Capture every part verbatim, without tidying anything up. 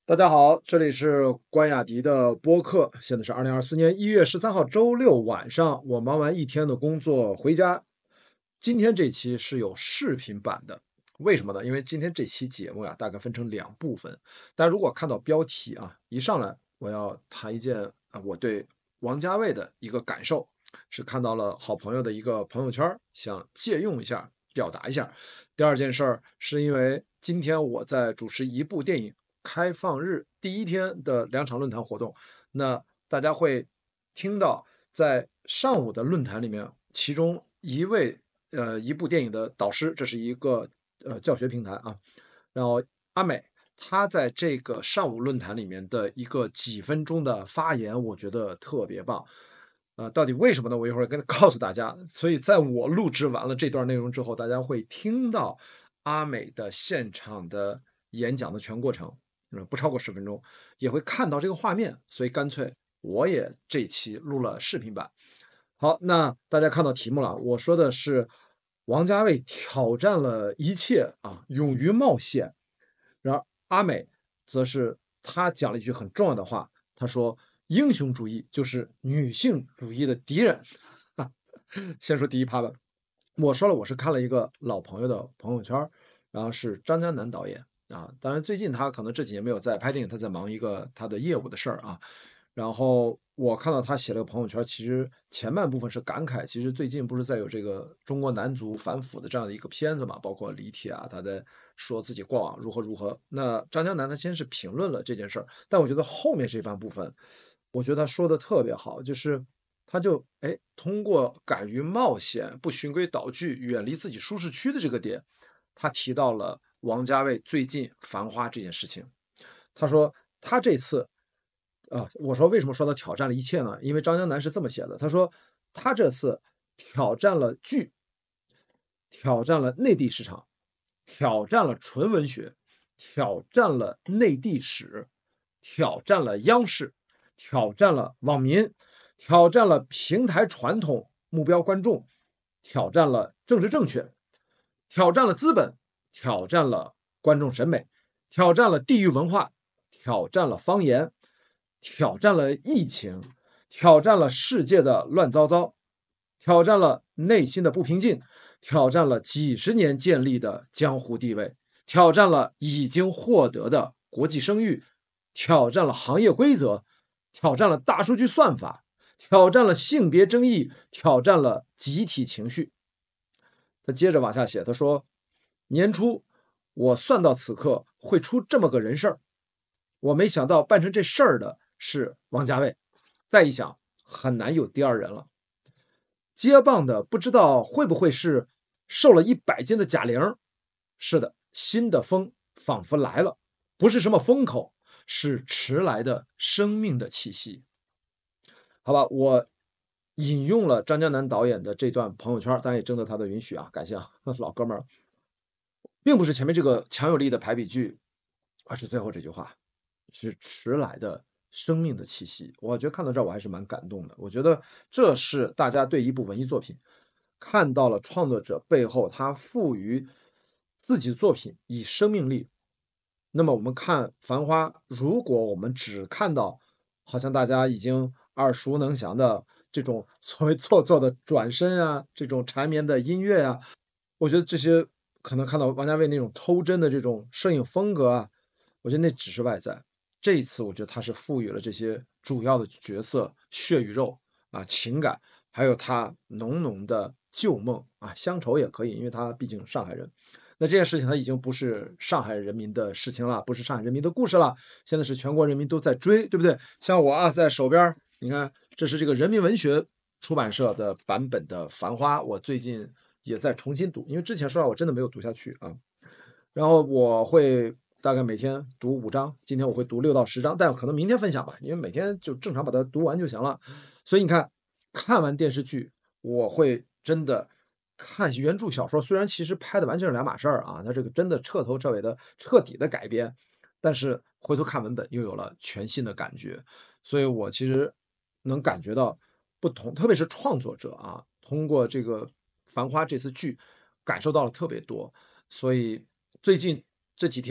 大家好，这里是关雅迪的播客。现在是二零二四年一月十三号周六晚上，我忙完一天的工作回家。今天这期是有视频版的，为什么呢？因为今天这期节目呀，大概分成两部分。大家如果看到标题啊，一上来我要谈一件啊，我对王家卫的一个感受，是看到了好朋友的一个朋友圈，想借用一下，表达一下。第二件事儿是因为今天我在主持一部电影开放日第一天的两场论坛活动，那大家会听到在上午的论坛里面，其中一位呃一部电影的导师，这是一个呃教学平台啊，然后阿美她在这个上午论坛里面的一个几分钟的发言，我觉得特别棒。呃，到底为什么呢？我一会儿跟告诉大家。所以在我录制完了这段内容之后，大家会听到阿美的现场的演讲的全过程。嗯，不超过十分钟，也会看到这个画面，所以干脆我也这期录了视频版。好，那大家看到题目了，我说的是王家卫挑战了一切啊，勇于冒险。然而阿美则是他讲了一句很重要的话，他说英雄主义就是女性主义的敌人。先说第一趴吧，我说了我是看了一个老朋友的朋友圈，然后是张江南导演。啊，当然最近他可能这几年没有在拍电影，他在忙一个他的业务的事儿啊。然后我看到他写了个朋友圈，其实前半部分是感慨，其实最近不是在有这个中国男足反腐的这样的一个片子嘛，包括李铁啊，他在说自己过往如何如何。那张江南他先是评论了这件事儿，但我觉得后面这半部分，我觉得他说的特别好，就是他就哎通过敢于冒险、不循规蹈矩、远离自己舒适区的这个点，他提到了王家卫最近《繁花》这件事情。他说他这次，啊，我说为什么说他挑战了一切呢？因为张江南是这么写的，他说他这次挑战了剧，挑战了内地市场，挑战了纯文学，挑战了内地史，挑战了央视，挑战了网民，挑战了平台传统目标观众，挑战了政治正确，挑战了资本，挑战了观众审美，挑战了地域文化，挑战了方言，挑战了疫情，挑战了世界的乱糟糟，挑战了内心的不平静，挑战了几十年建立的江湖地位，挑战了已经获得的国际声誉，挑战了行业规则，挑战了大数据算法，挑战了性别争议，挑战了集体情绪。他接着往下写，他说：年初我算到此刻会出这么个人事儿，我没想到办成这事儿的是王家卫。再一想，很难有第二人了。接棒的不知道会不会是瘦了一百斤的贾玲？是的，新的风仿佛来了，不是什么风口，是迟来的生命的气息。好吧，我引用了张江南导演的这段朋友圈，当然也征得他的允许啊，感谢啊，老哥们儿，并不是前面这个强有力的排比句，而是最后这句话，是迟来的生命的气息。我觉得看到这儿我还是蛮感动的。我觉得这是大家对一部文艺作品看到了创作者背后他赋予自己的作品以生命力。那么我们看《繁花》，如果我们只看到好像大家已经耳熟能详的这种所谓做作的转身啊，这种缠绵的音乐啊，我觉得这些可能看到王家卫那种偷真的这种摄影风格啊，我觉得那只是外在。这一次我觉得他是赋予了这些主要的角色血与肉啊，情感，还有他浓浓的旧梦啊，乡愁也可以，因为他毕竟上海人。那这件事情他已经不是上海人民的事情了，不是上海人民的故事了，现在是全国人民都在追，对不对？像我啊，在手边你看，这是这个人民文学出版社的版本的《繁花》，我最近也在重新读，因为之前说实话我真的没有读下去啊。然后我会大概每天读五章，今天我会读六到十章，但可能明天分享吧，因为每天就正常把它读完就行了。所以你看，看完电视剧，我会真的看原著小说，虽然其实拍的完全是两码事儿啊，它这个真的彻头彻尾的彻底的改编，但是回头看文本又有了全新的感觉，所以我其实能感觉到不同，特别是创作者啊，通过这个《繁花》这次剧，感受到了特别多。所以最近这几天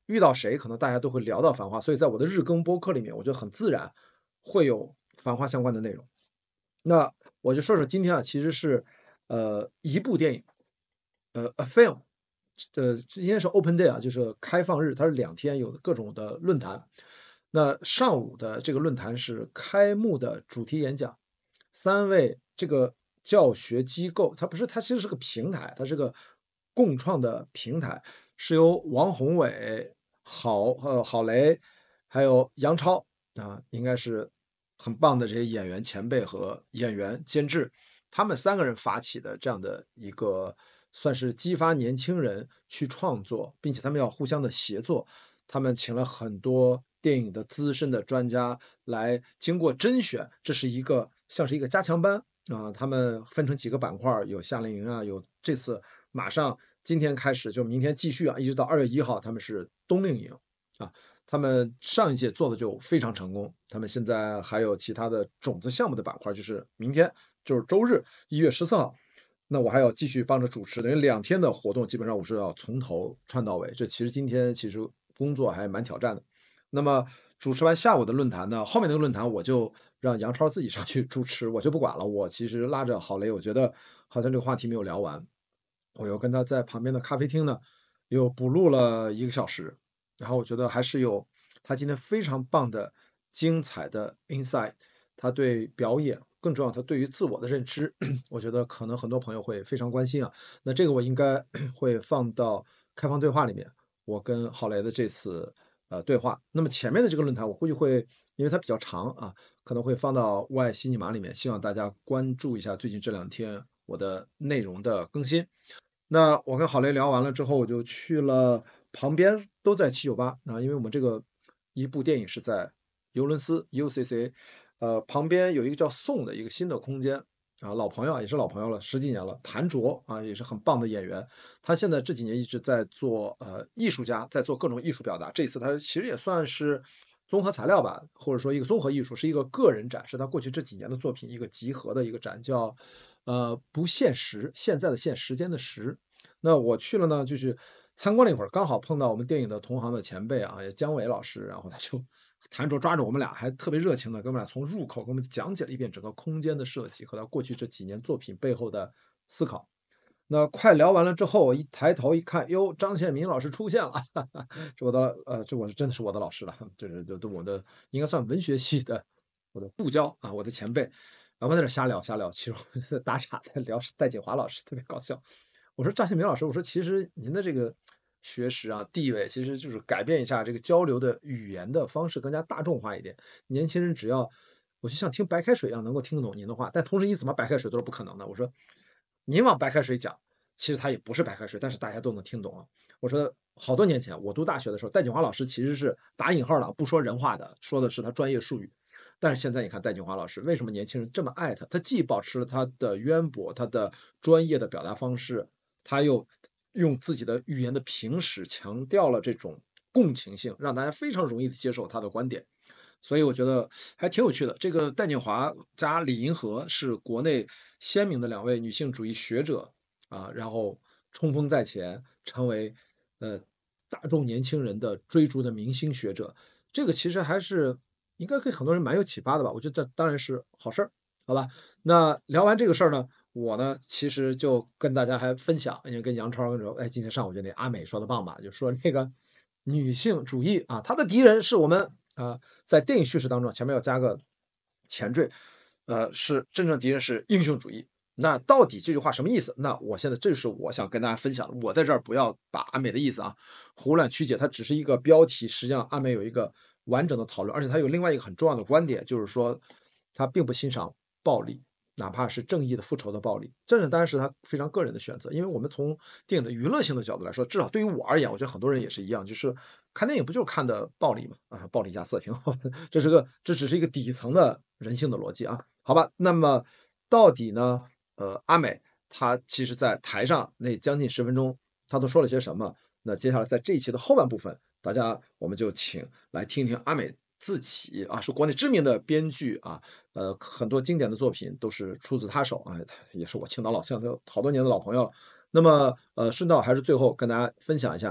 遇到谁可能大家都会聊到《繁花》，所以在我的日更播客里面，我觉得很自然会有《繁花》相关的内容。那我就说说今天啊，其实是呃一部电影，呃，a film，呃，今天是 open day 啊，就是开放日，它是两天，有各种的论坛。那上午的这个论坛是开幕的主题演讲，三位这个教学机构，它不是，它其实是个平台，它是个共创的平台，是由王宏伟、郝呃郝雷，还有杨超啊，应该是很棒的这些演员前辈和演员监制，他们三个人发起的这样的一个，算是激发年轻人去创作，并且他们要互相的协作。他们请了很多电影的资深的专家来经过甄选，这是一个像是一个加强班啊。他们分成几个板块，有夏令营啊，有这次马上今天开始就明天继续啊，一直到二月一号，他们是冬令营啊。他们上一届做的就非常成功，他们现在还有其他的种子项目的板块，就是明天就是周日一月十四号，那我还要继续帮着主持，等于两天的活动，基本上我是要从头串到尾。这其实今天其实工作还蛮挑战的。那么主持完下午的论坛呢，后面那个论坛我就让杨超自己上去主持，我就不管了。我其实拉着郝雷，我觉得好像这个话题没有聊完，我又跟他在旁边的咖啡厅呢又补录了一个小时，然后我觉得还是有他今天非常棒的精彩的 insight，他对表演，更重要，他对于自我的认知，我觉得可能很多朋友会非常关心啊。那这个我应该会放到开放对话里面，我跟郝雷的这次呃对话。那么前面的这个论坛，我估计会因为它比较长啊，可能会放到物爱西尼玛里面，希望大家关注一下最近这两天我的内容的更新。那我跟郝雷聊完了之后，我就去了旁边都在七九八啊，因为我们这个一部电影是在尤伦斯 U C C，呃，旁边有一个叫宋的一个新的空间啊，老朋友也是老朋友了，十几年了，谭卓啊也是很棒的演员，他现在这几年一直在做呃艺术家，在做各种艺术表达，这次他其实也算是综合材料吧，或者说一个综合艺术，是一个个人展，是他过去这几年的作品一个集合的一个展，叫呃不现实，现在的现，时间的时。那我去了呢，就是参观了一会儿，刚好碰到我们电影的同行的前辈啊，也姜伟老师，然后他就弹着抓着我们俩，还特别热情的跟我们俩从入口给我们讲解了一遍整个空间的设计和他过去这几年作品背后的思考。那快聊完了之后，我一抬头一看，哟，张献民老师出现了，哈哈，这我的呃，这我是真的是我的老师了，这是这都我的应该算文学系的我的部交啊，我的前辈，然后在那瞎聊瞎聊，其实我在打岔在聊戴锦华老师，特别搞笑。我说张献民老师，我说其实您的这个学识啊、地位，其实就是改变一下这个交流的语言的方式，更加大众化一点。年轻人只要，我就像听白开水一样，能够听得懂您的话。但同时，你怎么白开水都是不可能的。我说，您往白开水讲，其实它也不是白开水，但是大家都能听懂啊。我说，好多年前我读大学的时候，戴锦华老师其实是打引号的，不说人话的，说的是他专业术语。但是现在你看戴锦华老师，为什么年轻人这么爱他？他既保持了他的渊博、他的专业的表达方式，他又用自己的语言的平实强调了这种共情性，让大家非常容易的接受他的观点。所以我觉得还挺有趣的。这个戴锦华加李银河是国内鲜明的两位女性主义学者啊，然后冲锋在前，成为呃大众年轻人的追逐的明星学者。这个其实还是应该给很多人蛮有启发的吧。我觉得这当然是好事儿，好吧？那聊完这个事儿呢，我呢其实就跟大家还分享，因为跟杨超跟说，哎，今天上午就那阿美说的棒吧，就说那个女性主义啊，她的敌人是我们啊，在电影叙事当中前面要加个前缀，呃，是真正敌人是英雄主义。那到底这句话什么意思？那我现在这就是我想跟大家分享的。我在这儿不要把阿美的意思啊胡乱曲解，它只是一个标题，实际上阿美有一个完整的讨论，而且它有另外一个很重要的观点，就是说他并不欣赏暴力，哪怕是正义的复仇的暴力，这当然是他非常个人的选择。因为我们从电影的娱乐性的角度来说，至少对于我而言，我觉得很多人也是一样，就是看电影不就是看的暴力嘛？啊，暴力加色情，这是个这只是一个底层的人性的逻辑啊。好吧，那么到底呢？呃，阿美她其实在台上那将近十分钟，她都说了些什么？那接下来在这一期的后半部分，大家我们就请来听一听阿美自己啊，是国内知名的编剧啊，呃，很多经典的作品都是出自他手啊，也是我青岛老乡，好多年的老朋友了。那么，呃，顺道还是最后跟大家分享一下，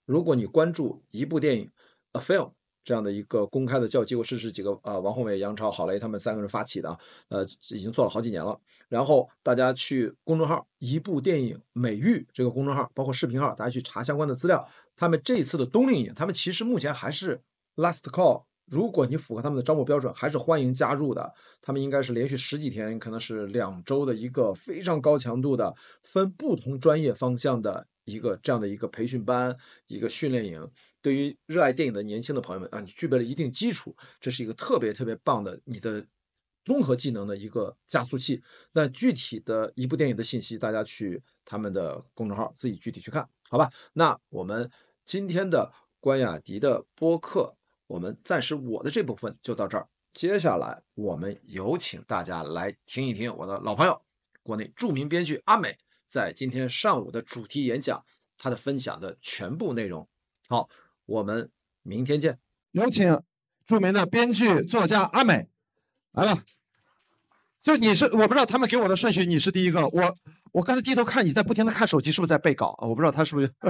如果你关注一部电影 A Film 这样的一个公开的教育机构，是是几个呃王宏伟、杨超、郝蕾他们三个人发起的啊，呃，已经做了好几年了。然后大家去公众号一部电影美育这个公众号，包括视频号，大家去查相关的资料。他们这一次的冬令营，他们其实目前还是 last call。如果你符合他们的招募标准，还是欢迎加入的。他们应该是连续十几天，可能是两周的一个非常高强度的，分不同专业方向的一个这样的一个培训班、一个训练营。对于热爱电影的年轻的朋友们啊，你具备了一定基础，这是一个特别特别棒的你的综合技能的一个加速器。那具体的一部电影的信息，大家去他们的公众号自己具体去看，好吧？那我们今天的关雅迪的播客，我们暂时我的这部分就到这儿。接下来我们有请大家来听一听我的老朋友，国内著名编剧阿美在今天上午的主题演讲，她的分享的全部内容。好，我们明天见。 有请著名的编剧作家阿美来吧。就你是，我不知道他们给我的顺序，你是第一个。我我刚才低头看你在不停的看手机，是不是在背稿啊？我不知道他是不是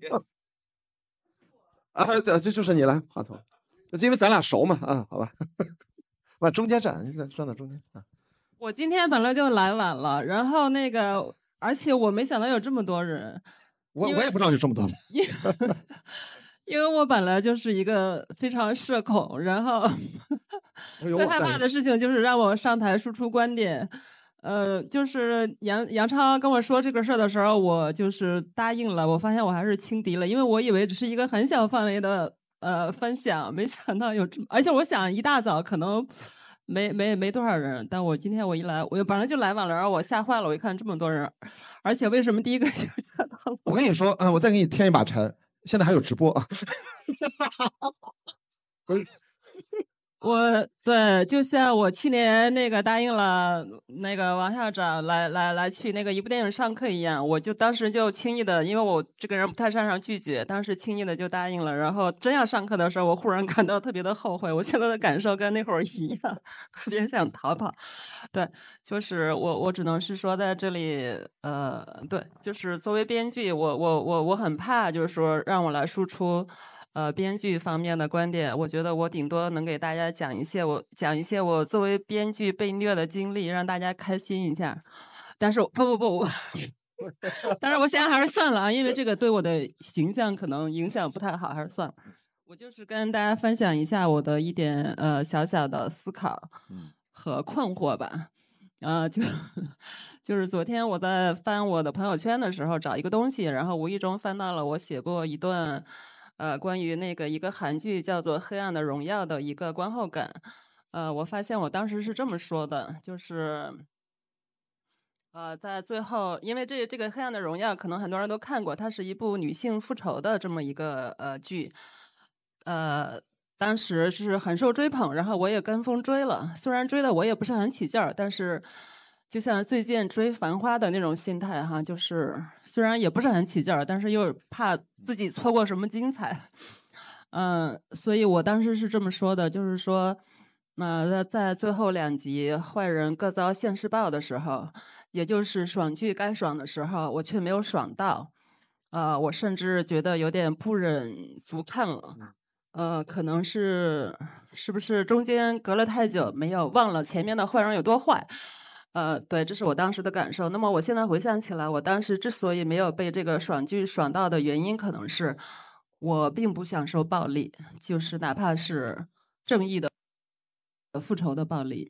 啊，这这就是你来话筒，因为咱俩熟嘛啊，好吧。往中间站，你站到中间啊。 我今天本来就来晚了，然后那个，而且我没想到有这么多人。 我我也不知道有这么多人。 因因为我本来就是一个非常社恐，然后最害怕的事情就是让我上台输出观点。呃，就是杨杨超跟我说这个事儿的时候，我就是答应了。我发现我还是轻敌了，因为我以为只是一个很小范围的呃分享，没想到有这么，而且我想一大早可能没没没多少人，但我今天我一来，我本来就来晚了，然后我吓坏了，我一看这么多人，而且为什么第一个就站到了？ 我跟你说，嗯，我再给你添一把柴，现在还有直播啊。不是。 我对，就像我去年那个答应了那个王校长来来来去那个一部电影上课一样，我就当时就轻易的，因为我这个人不太擅长拒绝，当时轻易的就答应了。然后真要上课的时候，我忽然感到特别的后悔，我现在的感受跟那会儿一样，特别想逃跑。对，就是我我只能是说在这里，呃，对，就是作为编剧，我我我我很怕，就是说让我来输出。呃，编剧方面的观点，我觉得我顶多能给大家讲一些我讲一些我作为编剧被虐的经历，让大家开心一下。但是不不不，我但是我现在还是算了啊，因为这个对我的形象可能影响不太好，还是算了。我就是跟大家分享一下我的一点呃小小的思考和困惑吧。呃，就就是昨天我在翻我的朋友圈的时候找一个东西，然后无意中翻到了我写过一段。呃，关于那个一个韩剧叫做《黑暗的荣耀》的一个观后感，呃，我发现我当时是这么说的，就是，呃，在最后，因为这这个《黑暗的荣耀》可能很多人都看过，它是一部女性复仇的这么一个呃剧，呃，当时是很受追捧，然后我也跟风追了，虽然追的我也不是很起劲儿，但是。就像最近追《繁花》的那种心态哈，就是虽然也不是很起劲儿，但是又怕自己错过什么精彩，嗯，所以我当时是这么说的，就是说，呃，在最后两集坏人各遭现世报的时候，也就是爽剧该爽的时候，我却没有爽到，呃，我甚至觉得有点不忍足看了，呃，可能是是不是中间隔了太久，没有忘了前面的坏人有多坏。呃，对，这是我当时的感受。那么我现在回想起来，我当时之所以没有被这个爽剧爽到的原因，可能是我并不享受暴力，就是哪怕是正义的复仇的暴力。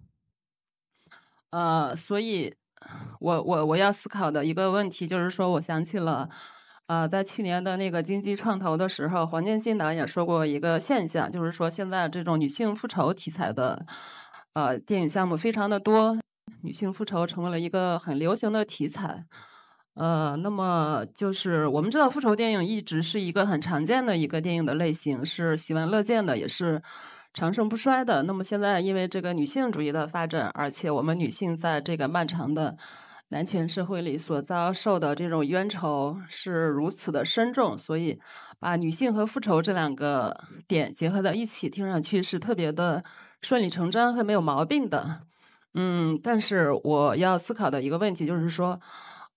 呃，所以我我我要思考的一个问题就是说，我想起了，呃，在去年的那个金鸡创投的时候，黄建新导演说过一个现象，就是说现在这种女性复仇题材的呃电影项目非常的多。女性复仇成为了一个很流行的题材，呃，那么就是我们知道复仇电影一直是一个很常见的一个电影的类型，是喜闻乐见的，也是长盛不衰的。那么现在因为这个女性主义的发展，而且我们女性在这个漫长的男权社会里所遭受的这种冤仇是如此的深重，所以把女性和复仇这两个点结合在一起，听上去是特别的顺理成章和没有毛病的。嗯，但是我要思考的一个问题就是说，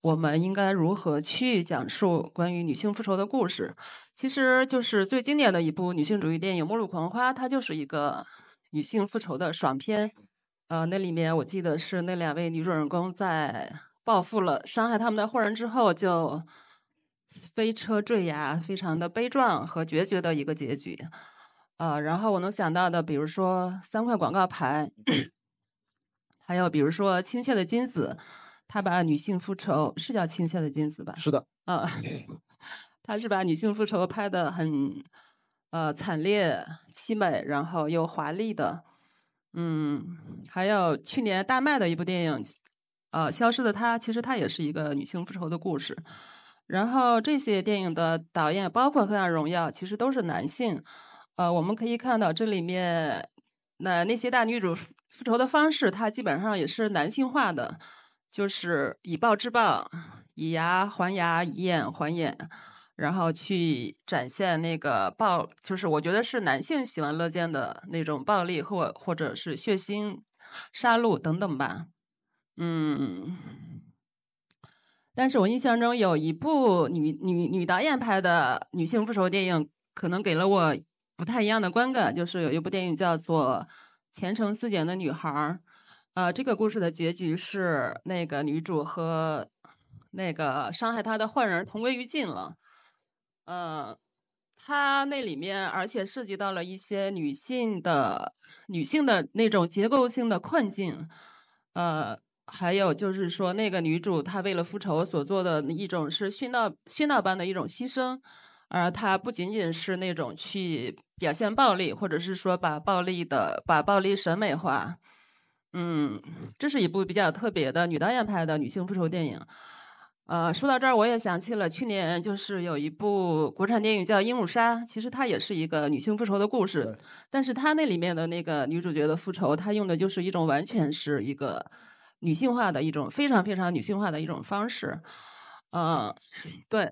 我们应该如何去讲述关于女性复仇的故事。其实就是最经典的一部女性主义电影《末路狂花》，它就是一个女性复仇的爽片。呃，那里面我记得是那两位女主人公在报复了伤害他们的坏人之后，就飞车坠崖，非常的悲壮和决绝的一个结局。呃，然后我能想到的，比如说三块广告牌，还有比如说《亲切的金子》，他把女性复仇是叫《亲切的金子》吧？ 是的， 啊、他是把女性复仇拍得很呃惨烈、凄美，然后又华丽的。嗯，还有去年大卖的一部电影，呃，《消失的她》，其实它也是一个女性复仇的故事。然后这些电影的导演，包括《黑暗荣耀》，其实都是男性。呃，我们可以看到这里面那那些大女主复复仇的方式，它基本上也是男性化的，就是以暴制暴，以牙还牙，以眼还眼，然后去展现那个暴，就是我觉得是男性喜闻乐见的那种暴力或或者是血腥、杀戮等等吧。嗯，但是我印象中有一部女女女导演拍的女性复仇电影，可能给了我不太一样的观感，就是有一部电影叫做《前程似锦的女孩》。呃，这个故事的结局是那个女主和那个伤害她的坏人同归于尽了。呃，它那里面而且涉及到了一些女性的女性的那种结构性的困境。呃，还有就是说，那个女主她为了复仇所做的一种是殉道殉道般的一种牺牲，而她不仅仅是那种去表现暴力，或者是说把暴力的把暴力审美化。嗯，这是一部比较特别的女导演拍的女性复仇电影。呃，说到这儿，我也想起了去年就是有一部国产电影叫《鹦鹉杀》，其实它也是一个女性复仇的故事，但是它那里面的那个女主角的复仇，她用的就是一种完全是一个女性化的一种非常非常女性化的一种方式。呃，对。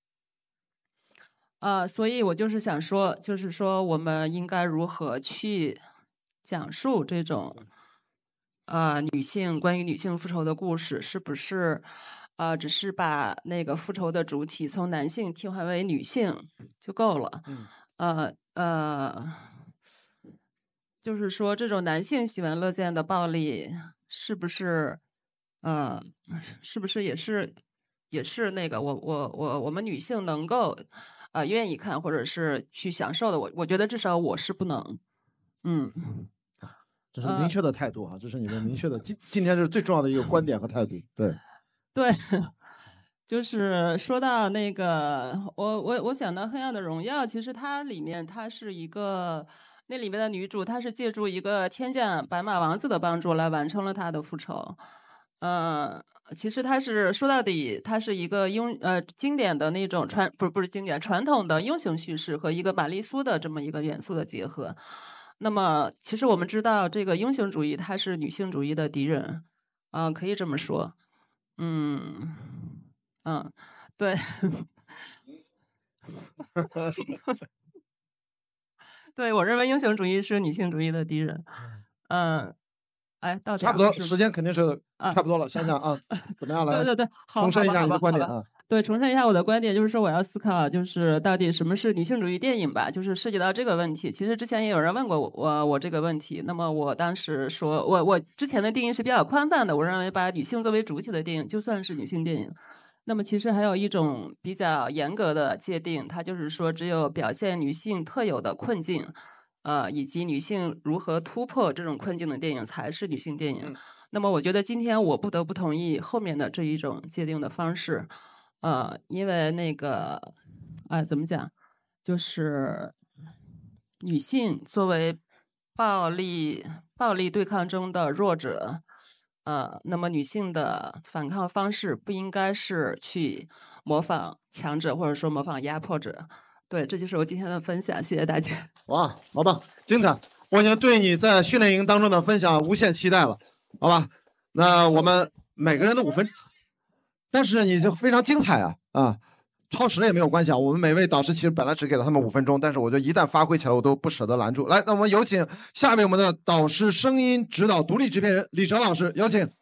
呃，所以我就是想说，就是说我们应该如何去讲述这种呃女性关于女性复仇的故事，是不是呃只是把那个复仇的主体从男性替换为女性就够了？ 嗯， 呃呃，就是说这种男性喜闻乐见的暴力，是不是呃是不是也是也是那个我我我我们女性能够呃愿意看或者是去享受的？我我觉得至少我是不能。嗯。 这是明确的态度啊，这是你们明确的今今天是最重要的一个观点和态度。对， 对，就是说到那个，我我我想到《黑暗的荣耀》，其实它里面它是一个，那里面的女主她是借助一个天降白马王子的帮助来完成了她的复仇。呃，其实它是说到底，它是一个英呃经典的那种传不是不是经典传统的英雄叙事和一个玛丽苏的这么一个元素的结合。那么，其实我们知道，这个英雄主义它是女性主义的敌人，啊、呃，可以这么说。嗯嗯，对，对，我认为英雄主义是女性主义的敌人。嗯，哎，到差不多，时间肯定是差不多了。 啊、 想想啊，怎么样来？ 对对对，好重申一下你的观点啊。 对，重申一下我的观点，就是说我要思考，就是到底什么是女性主义电影吧，就是涉及到这个问题。其实之前也有人问过我我我这个问题，那么我当时说我我之前的定义是比较宽泛的，我认为把女性作为主体的电影就算是女性电影。那么其实还有一种比较严格的界定，它就是说只有表现女性特有的困境，呃，以及女性如何突破这种困境的电影才是女性电影。 嗯、 那么我觉得今天我不得不同意后面的这一种界定的方式。呃，因为那个，哎，怎么讲，就是女性作为暴力暴力对抗中的弱者，呃，那么女性的反抗方式不应该是去模仿强者，或者说模仿压迫者。对，这就是我今天的分享，谢谢大家。 哇，好棒，精彩！我已经对你在训练营当中的分享无限期待了，好吧？那我们每个人的五分。但是你就非常精彩啊啊，超时了也没有关系啊。我们每位导师其实本来只给了他们五分钟，但是我觉得一旦发挥起来，我都不舍得拦住。来，那我们有请下面我们的导师声音指导独立制片人李哲老师，有请。